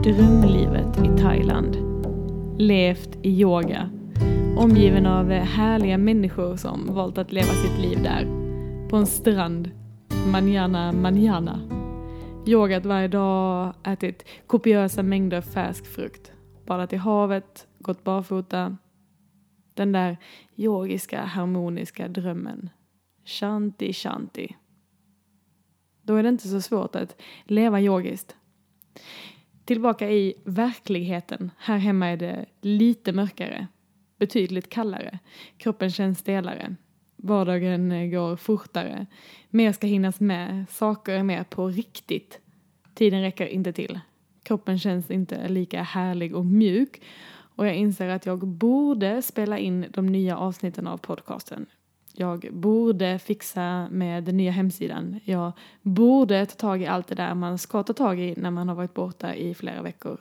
drömlivet i Thailand. Levt i yoga. Omgiven av härliga människor som valt att leva sitt liv där. På en strand. Manana. Yogat varje dag, ätit kopiösa mängder färsk frukt. Badat i havet, gått barfota. Den där yogiska, harmoniska drömmen. Shanti. Då är det inte så svårt att leva yogiskt. Tillbaka i verkligheten. Här hemma är det lite mörkare. Betydligt kallare. Kroppen känns stelare. Vardagen går fortare. Mer ska hinnas med. Saker är mer på riktigt. Tiden räcker inte till. Kroppen känns inte lika härlig och mjuk. Och jag inser att jag borde spela in de nya avsnitten av podcasten. Jag borde fixa med den nya hemsidan. Jag borde ta tag i allt det där man ska ta tag i när man har varit borta i flera veckor.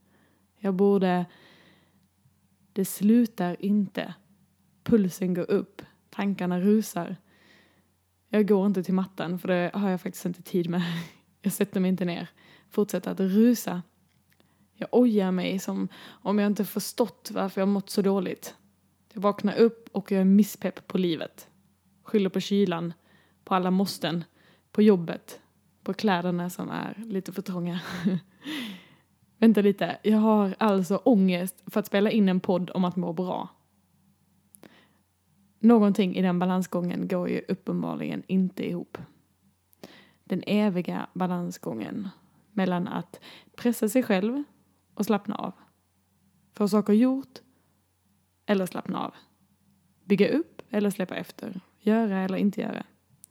Det slutar inte. Pulsen går upp. Tankarna rusar. Jag går inte till mattan för det har jag faktiskt inte tid med. Jag sätter mig inte ner. Fortsätter att rusa. Jag ojar mig som om jag inte förstått varför jag mått så dåligt. Jag vaknar upp och jag är misspepp på livet. Skyller på kylan, på alla måsten, på jobbet, på kläderna som är lite för trånga. Vänta lite, jag har alltså ångest för att spela in en podd om att må bra. Någonting i den balansgången går ju uppenbarligen inte ihop. Den eviga balansgången mellan att pressa sig själv och slappna av. Få saker gjort eller slappna av. Bygga upp eller släppa efter. Göra eller inte göra.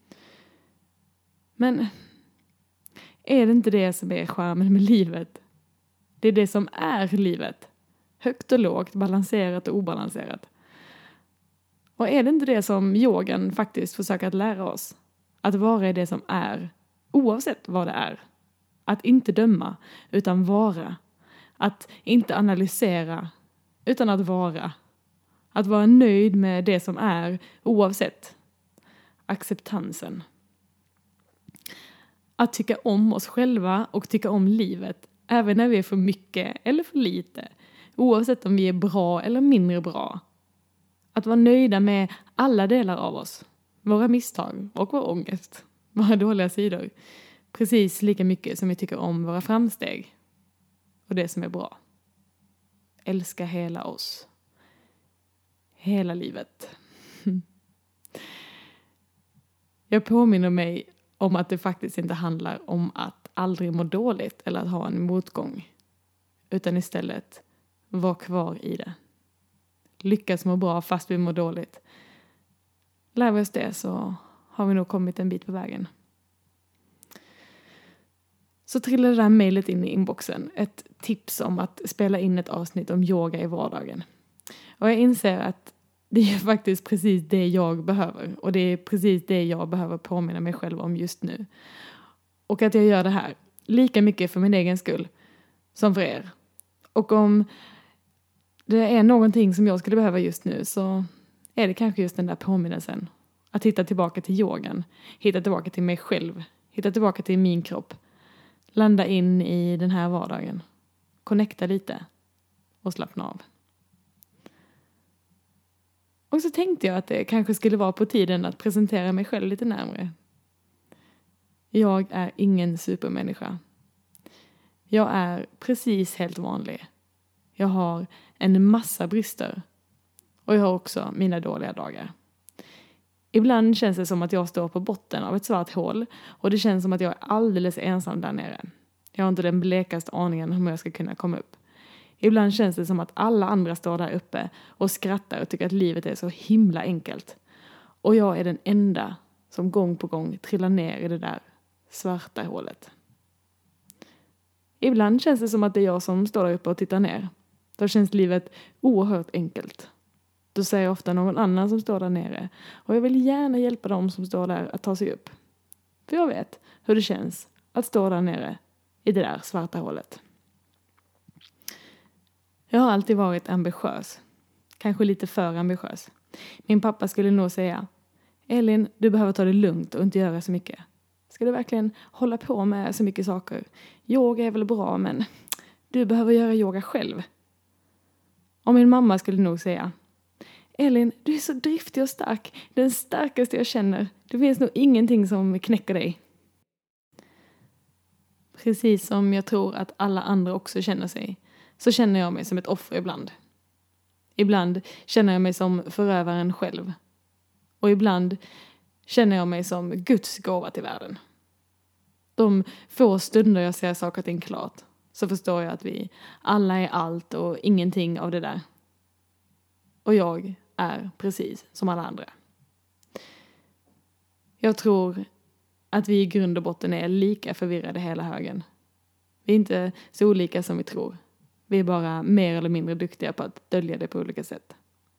Men är det inte det som är charmen med livet? Det är det som är livet. Högt och lågt, balanserat och obalanserat. Och är det inte det som yogan faktiskt försöker att lära oss? Att vara i det som är, oavsett vad det är. Att inte döma, utan vara. Att inte analysera, utan att vara. Att vara nöjd med det som är, oavsett. Acceptansen. Att tycka om oss själva och tycka om livet, även när vi är för mycket eller för lite. Oavsett om vi är bra eller mindre bra. Att vara nöjda med alla delar av oss. Våra misstag och vår ångest. Våra dåliga sidor. Precis lika mycket som vi tycker om våra framsteg. Och det som är bra. Älska hela oss. Hela livet. Jag påminner mig om att det faktiskt inte handlar om att aldrig må dåligt eller att ha en motgång. Utan istället vara kvar i det. Lyckas må bra fast vi mår dåligt. Lär vi oss det så har vi nog kommit en bit på vägen. Så trillade det där mejlet in i inboxen. Ett tips om att spela in ett avsnitt om yoga i vardagen. Och jag inser att det är faktiskt precis det jag behöver. Och det är precis det jag behöver påminna mig själv om just nu. Och att jag gör det här lika mycket för min egen skull som för er. Och om det är någonting som jag skulle behöva just nu så är det kanske just den där påminnelsen. Att hitta tillbaka till yogan. Hitta tillbaka till mig själv. Hitta tillbaka till min kropp. Landa in i den här vardagen. Connecta lite. Och slappna av. Och så tänkte jag att det kanske skulle vara på tiden att presentera mig själv lite närmare. Jag är ingen supermänniska. Jag är precis helt vanlig. Jag har en massa brister. Och jag har också mina dåliga dagar. Ibland känns det som att jag står på botten av ett svart hål. Och det känns som att jag är alldeles ensam där nere. Jag har inte den blekaste aningen om hur jag ska kunna komma upp. Ibland känns det som att alla andra står där uppe och skrattar och tycker att livet är så himla enkelt. Och jag är den enda som gång på gång trillar ner i det där svarta hålet. Ibland känns det som att det är jag som står där uppe och tittar ner. Då känns livet oerhört enkelt. Då säger jag ofta någon annan som står där nere. Och jag vill gärna hjälpa dem som står där att ta sig upp. För jag vet hur det känns att stå där nere i det där svarta hålet. Jag har alltid varit ambitiös. Kanske lite för ambitiös. Min pappa skulle nog säga: Elin, du behöver ta det lugnt och inte göra så mycket. Ska du verkligen hålla på med så mycket saker? Yoga är väl bra, men du behöver göra yoga själv. Och min mamma skulle nog säga, Elin, du är så driftig och stark. Den starkaste jag känner. Det finns nog ingenting som knäcker dig. Precis som jag tror att alla andra också känner sig, så känner jag mig som ett offer ibland. Ibland känner jag mig som förövaren själv. Och ibland känner jag mig som Guds gåva till världen. De få stunder jag ser saker och ting klart, så förstår jag att vi alla är allt och ingenting av det där. Och jag är precis som alla andra. Jag tror att vi i grund och botten är lika förvirrade hela högen. Vi är inte så olika som vi tror. Vi är bara mer eller mindre duktiga på att dölja det på olika sätt.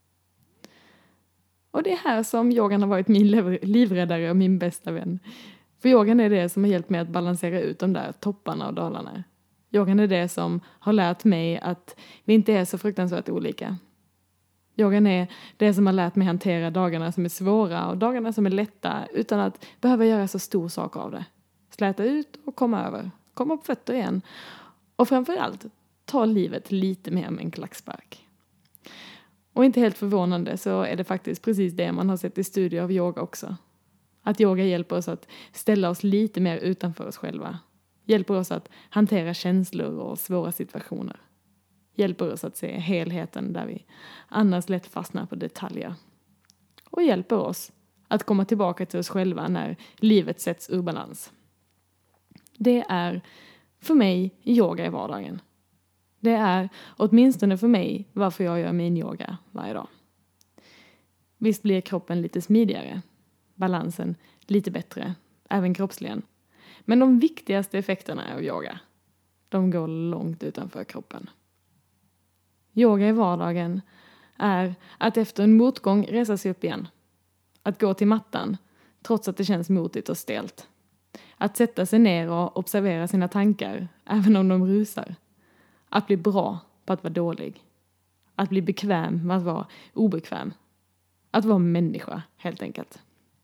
Och det är här som yogan har varit min livräddare och min bästa vän. För yogan är det som har hjälpt mig att balansera ut de där topparna och dalarna. Yogan är det som har lärt mig att vi inte är så fruktansvärt olika. Yogan är det som har lärt mig hantera dagarna som är svåra och dagarna som är lätta utan att behöva göra så stor sak av det. Släta ut och komma över. Komma upp fötter igen. Och framförallt ta livet lite mer med en klackspark. Och inte helt förvånande så är det faktiskt precis det man har sett i studier av yoga också. Att yoga hjälper oss att ställa oss lite mer utanför oss själva. Hjälper oss att hantera känslor och svåra situationer. Hjälper oss att se helheten där vi annars lätt fastnar på detaljer. Och hjälper oss att komma tillbaka till oss själva när livet sätts ur balans. Det är för mig yoga i vardagen. Det är åtminstone för mig varför jag gör min yoga varje dag. Visst blir kroppen lite smidigare. Balansen lite bättre, även kroppsligen. Men de viktigaste effekterna av yoga, de går långt utanför kroppen. Yoga i vardagen är att efter en motgång resa sig upp igen. Att gå till mattan, trots att det känns motigt och stelt. Att sätta sig ner och observera sina tankar, även om de rusar. Att bli bra på att vara dålig. Att bli bekväm med att vara obekväm. Att vara människa, helt enkelt.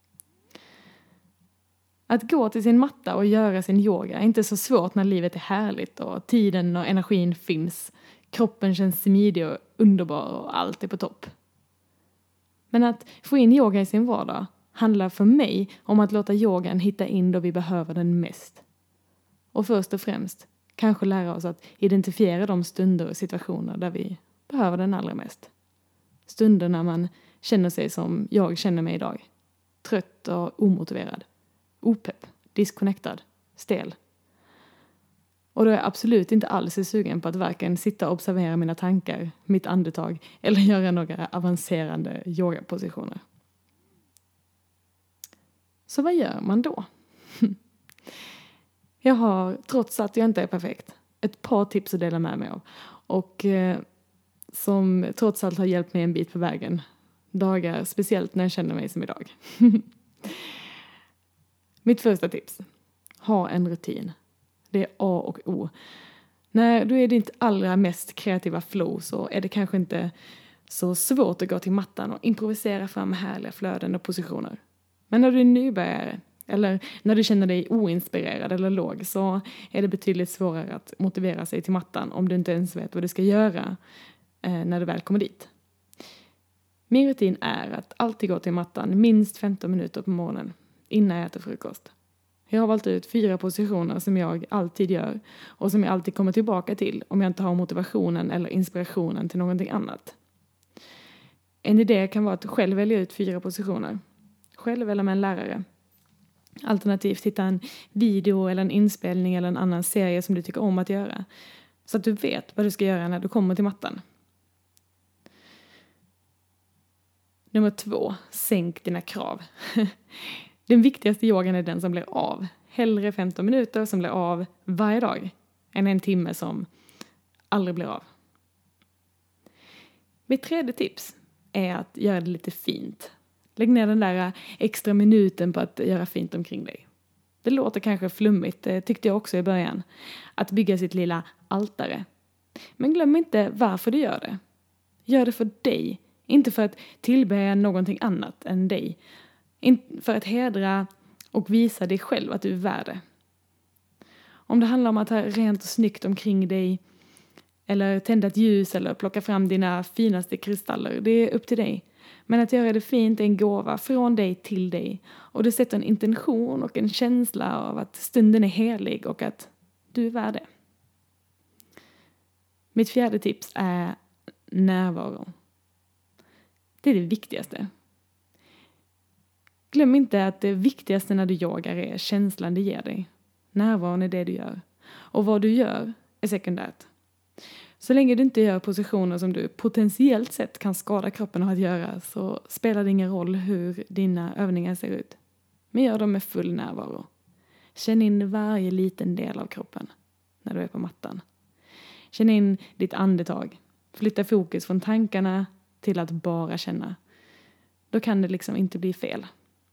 Att gå till sin matta och göra sin yoga är inte så svårt när livet är härligt och tiden och energin finns. Kroppen känns smidig och underbar och allt är på topp. Men att få in yoga i sin vardag handlar för mig om att låta yogan hitta in då vi behöver den mest. Och först och främst kanske lära oss att identifiera de stunder och situationer där vi behöver den allra mest. Stunder när man känner sig som jag känner mig idag. Trött och omotiverad. Opepp, disconnectad, stel. Och då är jag absolut inte alls sugen på att varken sitta och observera mina tankar, mitt andetag eller göra några avancerande yogapositioner. Så vad gör man då? Jag har, trots att jag inte är perfekt, ett par tips att dela med mig av. Och som trots allt har hjälpt mig en bit på vägen. Dagar, speciellt när jag känner mig som idag. Mitt första tips. Ha en rutin. Det är A och O. När du är i ditt allra mest kreativa flow så är det kanske inte så svårt att gå till mattan och improvisera fram härliga flöden och positioner. Men när du är nybörjare eller när du känner dig oinspirerad eller låg så är det betydligt svårare att motivera sig till mattan om du inte ens vet vad du ska göra när du väl kommer dit. Min rutin är att alltid gå till mattan minst 15 minuter på morgonen innan jag äter frukost. Jag har valt ut 4 positioner som jag alltid gör och som jag alltid kommer tillbaka till om jag inte har motivationen eller inspirationen till någonting annat. En idé kan vara att själv välja ut 4 positioner. Själv eller med en lärare. Alternativt hitta en video eller en inspelning eller en annan serie som du tycker om att göra. Så att du vet vad du ska göra när du kommer till mattan. Nummer 2. Sänk dina krav. Den viktigaste yogan är den som blir av. Hellre 15 minuter som blir av varje dag än en timme som aldrig blir av. Mitt tredje tips är att göra det lite fint. Lägg ner den där extra minuten på att göra fint omkring dig. Det låter kanske flummigt, det tyckte jag också i början. Att bygga sitt lilla altare. Men glöm inte varför du gör det. Gör det för dig. Inte för att tillbe någonting annat än dig. För att hedra och visa dig själv att du är värd det. Om det handlar om att ha rent och snyggt omkring dig Eller tända ett ljus eller plocka fram dina finaste kristaller. Det är upp till dig. Men att göra det fint är en gåva från dig till dig. Och det sätter en intention och en känsla av att stunden är helig och att du är värd det. Mitt fjärde tips är närvaro. Det är det viktigaste. Glöm inte att det viktigaste när du yogar är känslan det ger dig. Närvaron är det du gör. Och vad du gör är sekundärt. Så länge du inte gör positioner som du potentiellt sett kan skada kroppen av att göra så spelar det ingen roll hur dina övningar ser ut. Men gör dem med full närvaro. Känn in varje liten del av kroppen när du är på mattan. Känn in ditt andetag. Flytta fokus från tankarna till att bara känna. Då kan det liksom inte bli fel.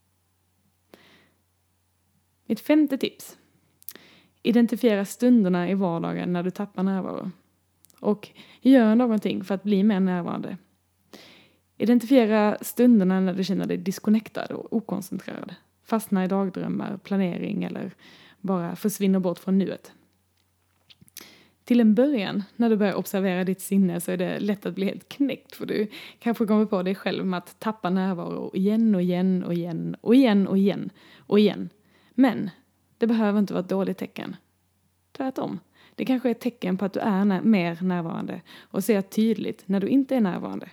Mitt femte tips. Identifiera stunderna i vardagen när du tappar närvaro. Och gör någonting för att bli mer närvarande. Identifiera stunderna när du känner dig disconnectad och okoncentrerad. Fastnar i dagdrömmar, planering eller bara försvinner bort från nuet. Till en början, när du börjar observera ditt sinne så är det lätt att bli helt knäckt. För du kanske kommer på dig själv med att tappa närvaro igen och igen och igen och igen och igen och igen. Men det behöver inte vara ett dåligt tecken. Tvärtom. Det kanske är ett tecken på att du är mer närvarande och ser tydligt när du inte är närvarande.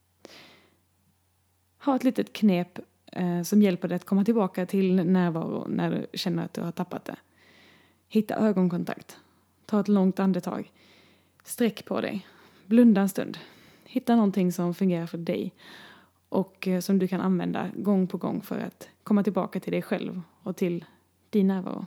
Ha ett litet knep som hjälper dig att komma tillbaka till närvaro när du känner att du har tappat det. Hitta ögonkontakt. Ta ett långt andetag. Sträck på dig. Blunda en stund. Hitta någonting som fungerar för dig och som du kan använda gång på gång för att komma tillbaka till dig själv och till din närvaro.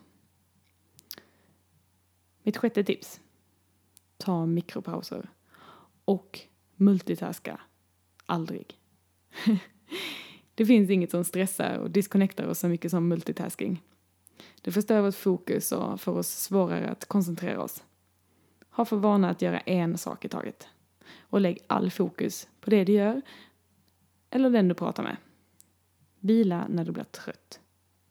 Mitt sjätte tips. Ta mikropauser. Och multitaska. Aldrig. Det finns inget som stressar och disconnectar oss så mycket som multitasking. Det förstör vårt fokus och får oss svårare att koncentrera oss. Ha för vana att göra en sak i taget. Och lägg all fokus på det du gör eller den du pratar med. Vila när du blir trött.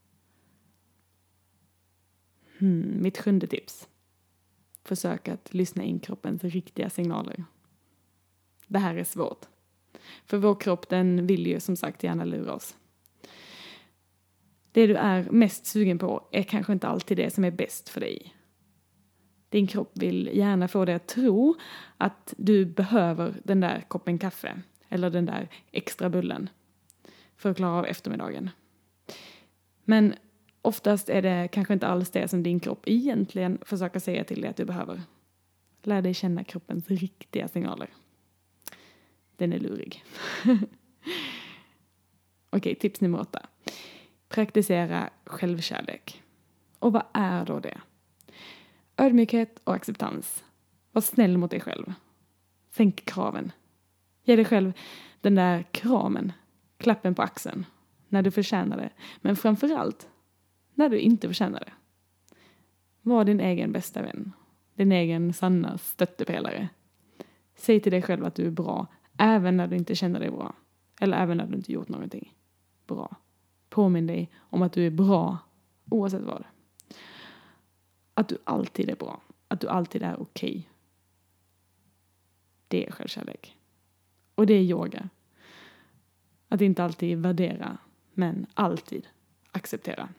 Mitt sjunde tips. Försök att lyssna in kroppens riktiga signaler. Det här är svårt. För vår kropp den vill ju som sagt gärna lura oss. Det du är mest sugen på är kanske inte alltid det som är bäst för dig. Din kropp vill gärna få dig att tro att du behöver den där koppen kaffe eller den där extra bullen för att klara av eftermiddagen. Men oftast är det kanske inte alls det som din kropp egentligen försöker säga till dig att du behöver. Lär dig känna kroppens riktiga signaler. Den är lurig. Okej, tips nummer 8. Praktisera självkärlek. Och vad är då det? Ödmjukhet och acceptans. Var snäll mot dig själv. Sänk kraven. Ge dig själv den där kramen. Klappen på axeln. När du förtjänar det. Men framförallt när du inte förtjänar det. Var din egen bästa vän. Din egen sanna stöttepelare. Säg till dig själv att du är bra. Även när du inte känner dig bra. Eller även när du inte gjort någonting bra. Påminn dig om att du är bra oavsett vad. Att du alltid är bra. Att du alltid är okej. Det är självkärlek. Och det är yoga. Att inte alltid värdera, men alltid acceptera.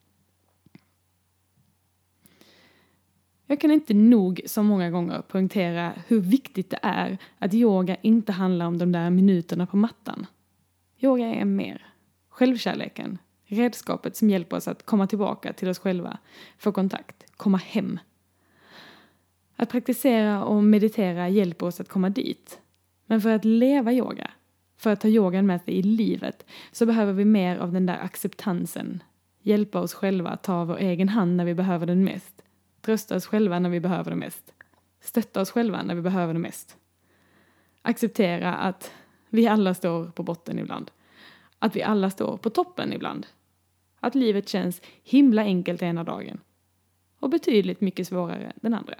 Jag kan inte nog så många gånger poängtera hur viktigt det är att yoga inte handlar om de där minuterna på mattan. Yoga är mer. Självkärleken, redskapet som hjälper oss att komma tillbaka till oss själva, få kontakt, komma hem. Att praktisera och meditera hjälper oss att komma dit. Men för att leva yoga, för att ta yogan med sig i livet, så behöver vi mer av den där acceptansen. Hjälpa oss själva att ta vår egen hand när vi behöver den mest. Trösta oss själva när vi behöver det mest. Stötta oss själva när vi behöver det mest. Acceptera att vi alla står på botten ibland. Att vi alla står på toppen ibland. Att livet känns himla enkelt ena dagen. Och betydligt mycket svårare den andra.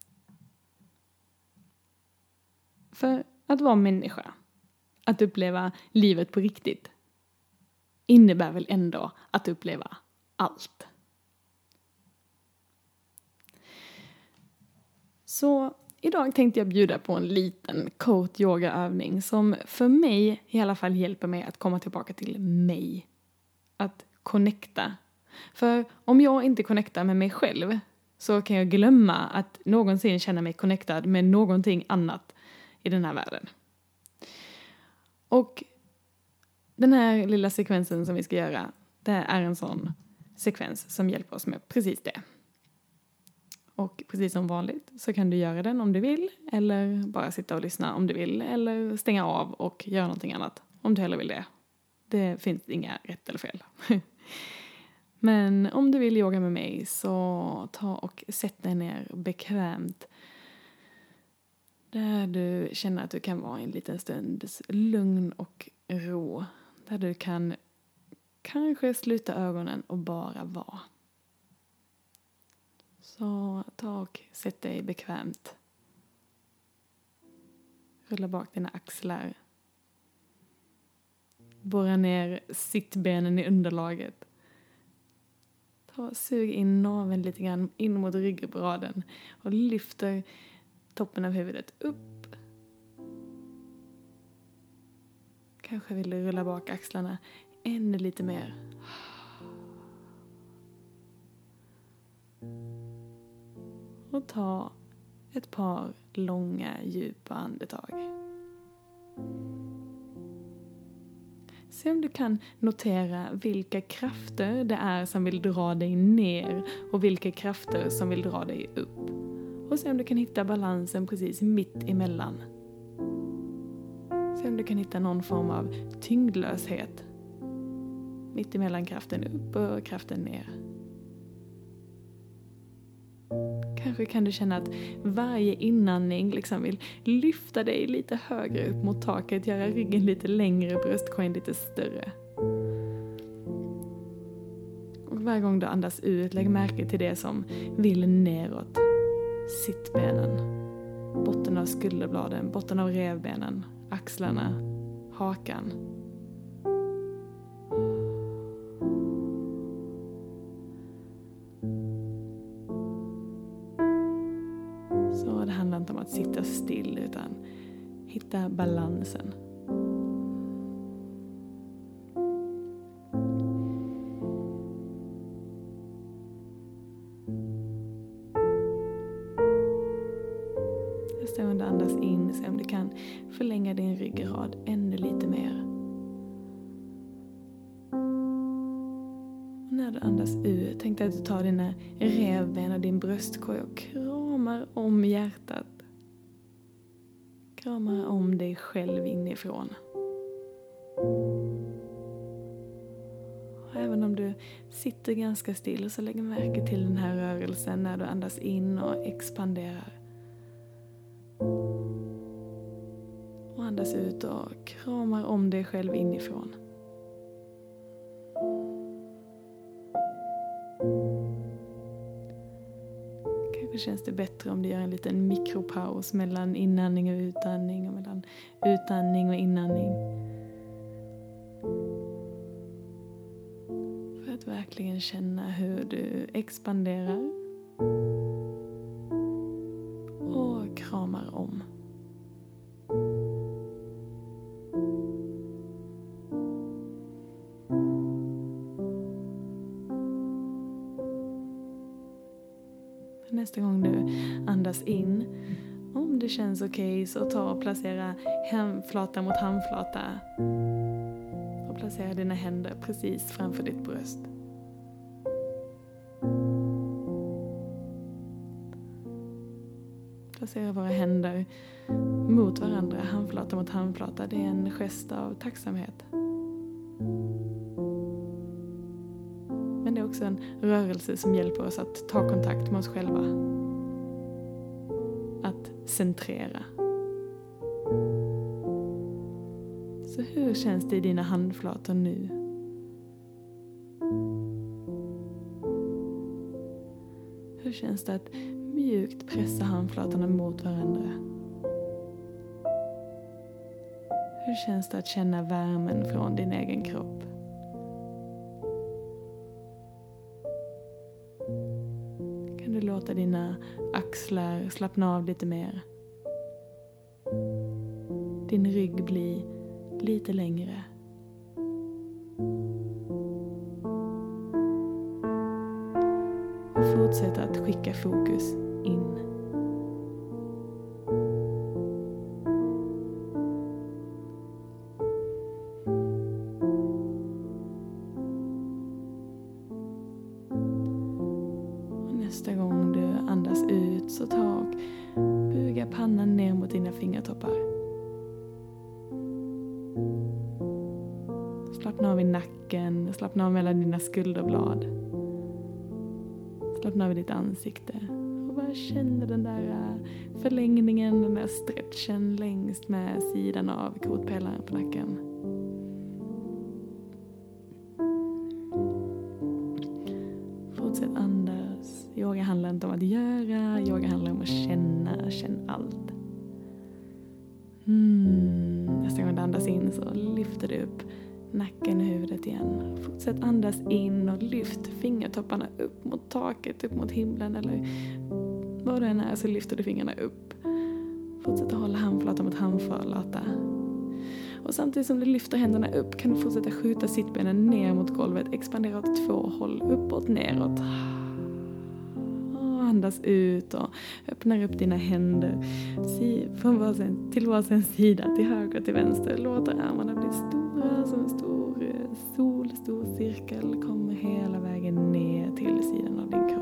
För att vara människa, att uppleva livet på riktigt, innebär väl ändå att uppleva allt. Så idag tänkte jag bjuda på en liten kort yogaövning som för mig i alla fall hjälper mig att komma tillbaka till mig. Att connecta. För om jag inte connectar med mig själv så kan jag glömma att någonsin känna mig connectad med någonting annat i den här världen. Och den här lilla sekvensen som vi ska göra, det är en sån sekvens som hjälper oss med precis det. Och precis som vanligt så kan du göra den om du vill, eller bara sitta och lyssna om du vill, eller stänga av och göra någonting annat om du hellre vill det. Det finns inga rätt eller fel. Men om du vill yoga med mig så ta och sätt dig ner bekvämt. Där du känner att du kan vara en liten stund lugn och ro. Där du kan kanske sluta ögonen och bara vara. Så ta och sätt dig bekvämt. Rulla bak dina axlar. Borra ner sittbenen i underlaget. Sug in naveln lite grann in mot ryggraden och lyfter toppen av huvudet upp. Kanske vill du rulla bak axlarna ännu lite mer. Och ta ett par långa, djupa andetag. Se om du kan notera vilka krafter det är som vill dra dig ner och vilka krafter som vill dra dig upp. Och se om du kan hitta balansen precis mitt emellan. Se om du kan hitta någon form av tyngdlöshet mitt emellan kraften upp och kraften ner. Kanske kan du känna att varje inandning liksom vill lyfta dig lite högre upp mot taket, göra ryggen lite längre, bröstkorgen lite större. Och varje gång du andas ut, lägg märke till det som vill neråt. Sittbenen, botten av skulderbladen, botten av revbenen, axlarna, hakan. Så det handlar inte om att sitta still utan hitta balansen. Just när du andas in, se om du kan förlänga din ryggrad ännu lite mer. Och när du andas ut, tänk dig att du tar dina revben och din bröstkorg och kramar om hjärtat. Kramar om dig själv inifrån. Och även om du sitter ganska still så lägg märke till den här rörelsen när du andas in och expanderar. Och andas ut och kramar om dig själv inifrån. Kanske känns det bättre om du gör en liten mikropaus mellan inandning och utandning och mellan utandning och inandning. För att verkligen känna hur du expanderar och kramar om. Nästa gång du andas in, om det känns okej, så ta och placera handflata mot handflata. Och placera dina händer precis framför ditt bröst. Placera våra händer mot varandra, handflata mot handflata. Det är en gest av tacksamhet. Men det är också en rörelse som hjälper oss att ta kontakt med oss själva. Att centrera. Så hur känns det i dina handflator nu? Hur känns det att mjukt pressa handflatorna mot varandra? Hur känns det att känna värmen från din egen kropp? Kan du låta dina axlar slappna av lite mer? din rygg bli lite längre. Och fortsätt att skicka fokus in. Nästa gång du andas ut så ta och buga pannan ner mot dina fingertoppar. Slappna av i nacken, slappna av mellan dina skulderblad. Slappna av i ditt ansikte. Och bara känn den där förlängningen, den där stretchen längst med sidan av kotpelaren på nacken. Fortsätt andas. Yoga handlar inte om att göra. Yoga handlar om att känna. Känn allt. Nästa gång du andas in så lyfter du upp nacken och huvudet igen. Fortsätt andas in och lyft fingertopparna upp mot taket, upp mot himlen eller vad det än är, så lyfter du fingrarna upp. Fortsätt att hålla handflata mot handflata. Och samtidigt som du lyfter händerna upp kan du fortsätta skjuta sittbenen ner mot golvet. Expandera åt 2 håll, uppåt, neråt. Och andas ut och öppnar upp dina händer till varsin sida, till höger och till vänster. Låter armarna bli stora som en stor cirkel. Kommer hela vägen ner till sidan av din kropp.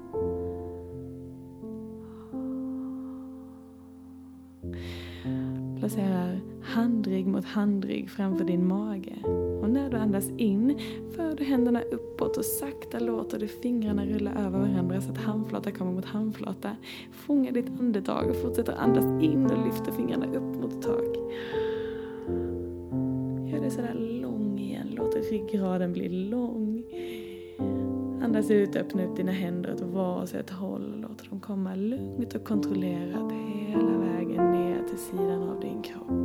Placerar handrygg mot handrygg framför din mage. Och när du andas in för du händerna uppåt och sakta låter du fingrarna rulla över varandra så att handflata kommer mot handflata. Fånga ditt andetag och fortsätter andas in och lyfter fingrarna upp mot tak. Gör det sådär lång igen. Låt ryggraden bli lång. Andas ut, öppna upp dina händer åt varsitt håll. Låt dem komma lugnt och kontrollerat hela vägen ner till sidan av din kropp.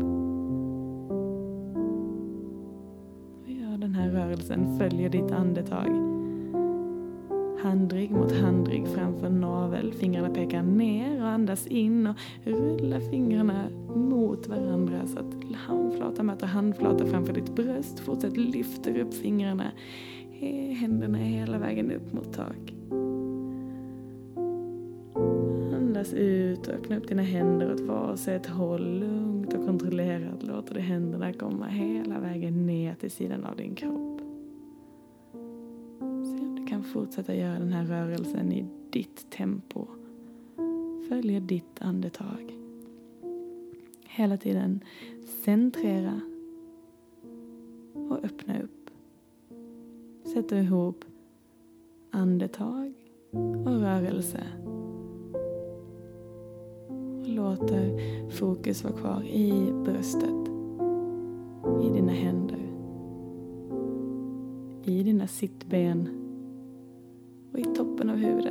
Och gör den här rörelsen, följer ditt andetag. Handrygg mot handrygg framför navel. Fingrarna pekar ner och andas in och rulla fingrarna mot varandra så att handflata möter handflata framför ditt bröst. Fortsätt lyfter upp fingrarna. Händerna hela vägen upp mot tak. Andas ut och öppna upp dina händer åt varsitt håll. Lugnt och kontrollerat låter du händerna komma hela vägen ner till sidan av din kropp. Se om du kan fortsätta göra den här rörelsen i ditt tempo. Följ ditt andetag. Hela tiden centrera och öppna upp. Sätter ihop andetag och rörelse. Och låter fokus vara kvar i bröstet. I dina händer. I dina sittben. Och i toppen av huvudet.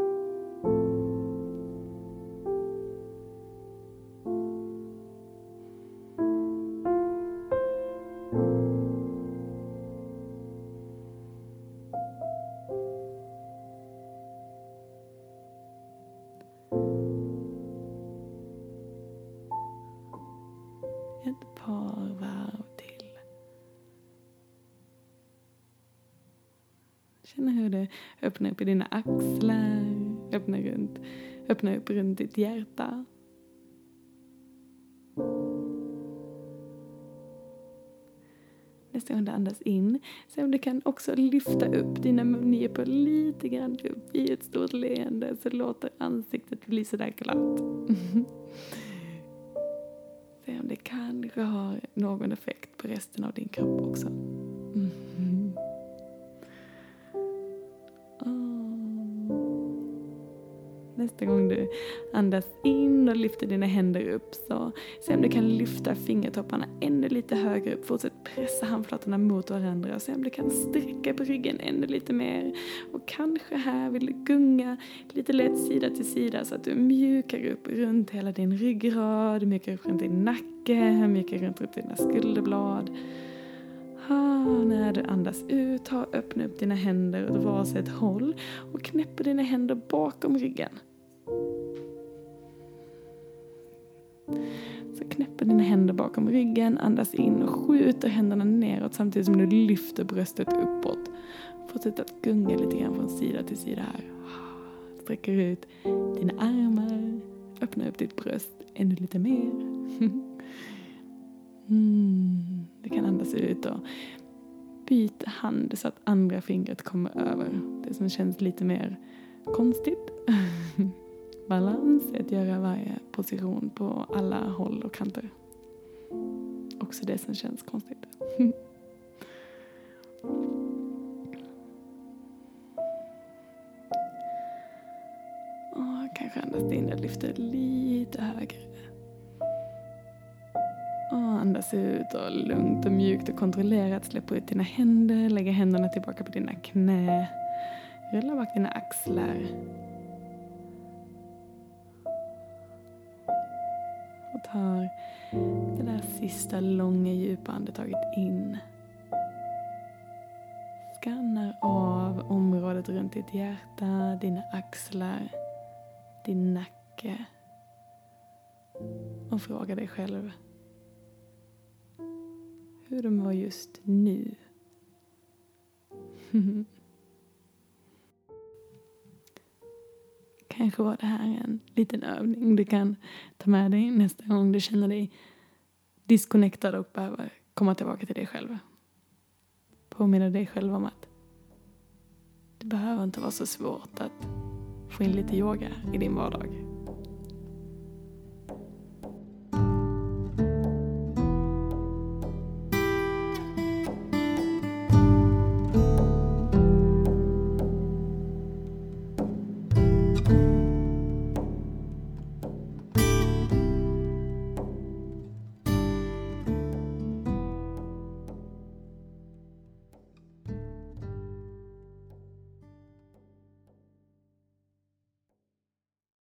Ett par varv till. Känn hur du öppnar upp i dina axlar. Öppnar upp runt ditt hjärta. Nästa gång du andas in. Se om du kan också lyfta upp dina mungiporna lite grann upp i ett stort leende. Så låter ansiktet bli sådär glatt. Se om det kanske har någon effekt på resten av din kropp också. Nästa gång du andas in och lyfter dina händer upp så se om du kan lyfta fingertopparna ännu lite högre upp. Fortsätt pressa handflatorna mot varandra och se om du kan sträcka på ryggen ännu lite mer. Och kanske här vill du gunga lite lätt sida till sida så att du mjukar upp runt hela din ryggrad, mjukar upp runt din nacke, mjukar runt dina skulderblad. När du andas ut, öppna upp dina händer åt varsitt håll och knäpper dina händer bakom ryggen. Så knäpper dina händer händerna bakom ryggen. Andas in och skjuter händerna neråt samtidigt som du lyfter bröstet uppåt. Fortsätt att gunga lite grann från sida till sida här. Sträcker ut dina armar. Öppna upp ditt bröst ännu lite mer. Du kan andas ut och byta hand så att andra fingret kommer över. Det som känns lite mer konstigt. Balans är att göra varje position på alla håll och kanter. Också det som känns konstigt. Kanske andas in och lyfter lite högre. Och andas ut och lugnt och mjukt och kontrollerat släpper ut dina händer. Lägger händerna tillbaka på dina knä. Rulla bak dina axlar. Och tar det där sista långa djupa andetaget in. Skannar av området runt ditt hjärta, dina axlar, din nacke. Och fråga dig själv hur de var just nu. Kanske var det här en liten övning du kan ta med dig nästa gång du känner dig disconnectad och behöver komma tillbaka till dig själv. Påminna dig själv om att det behöver inte vara så svårt att få in lite yoga i din vardag.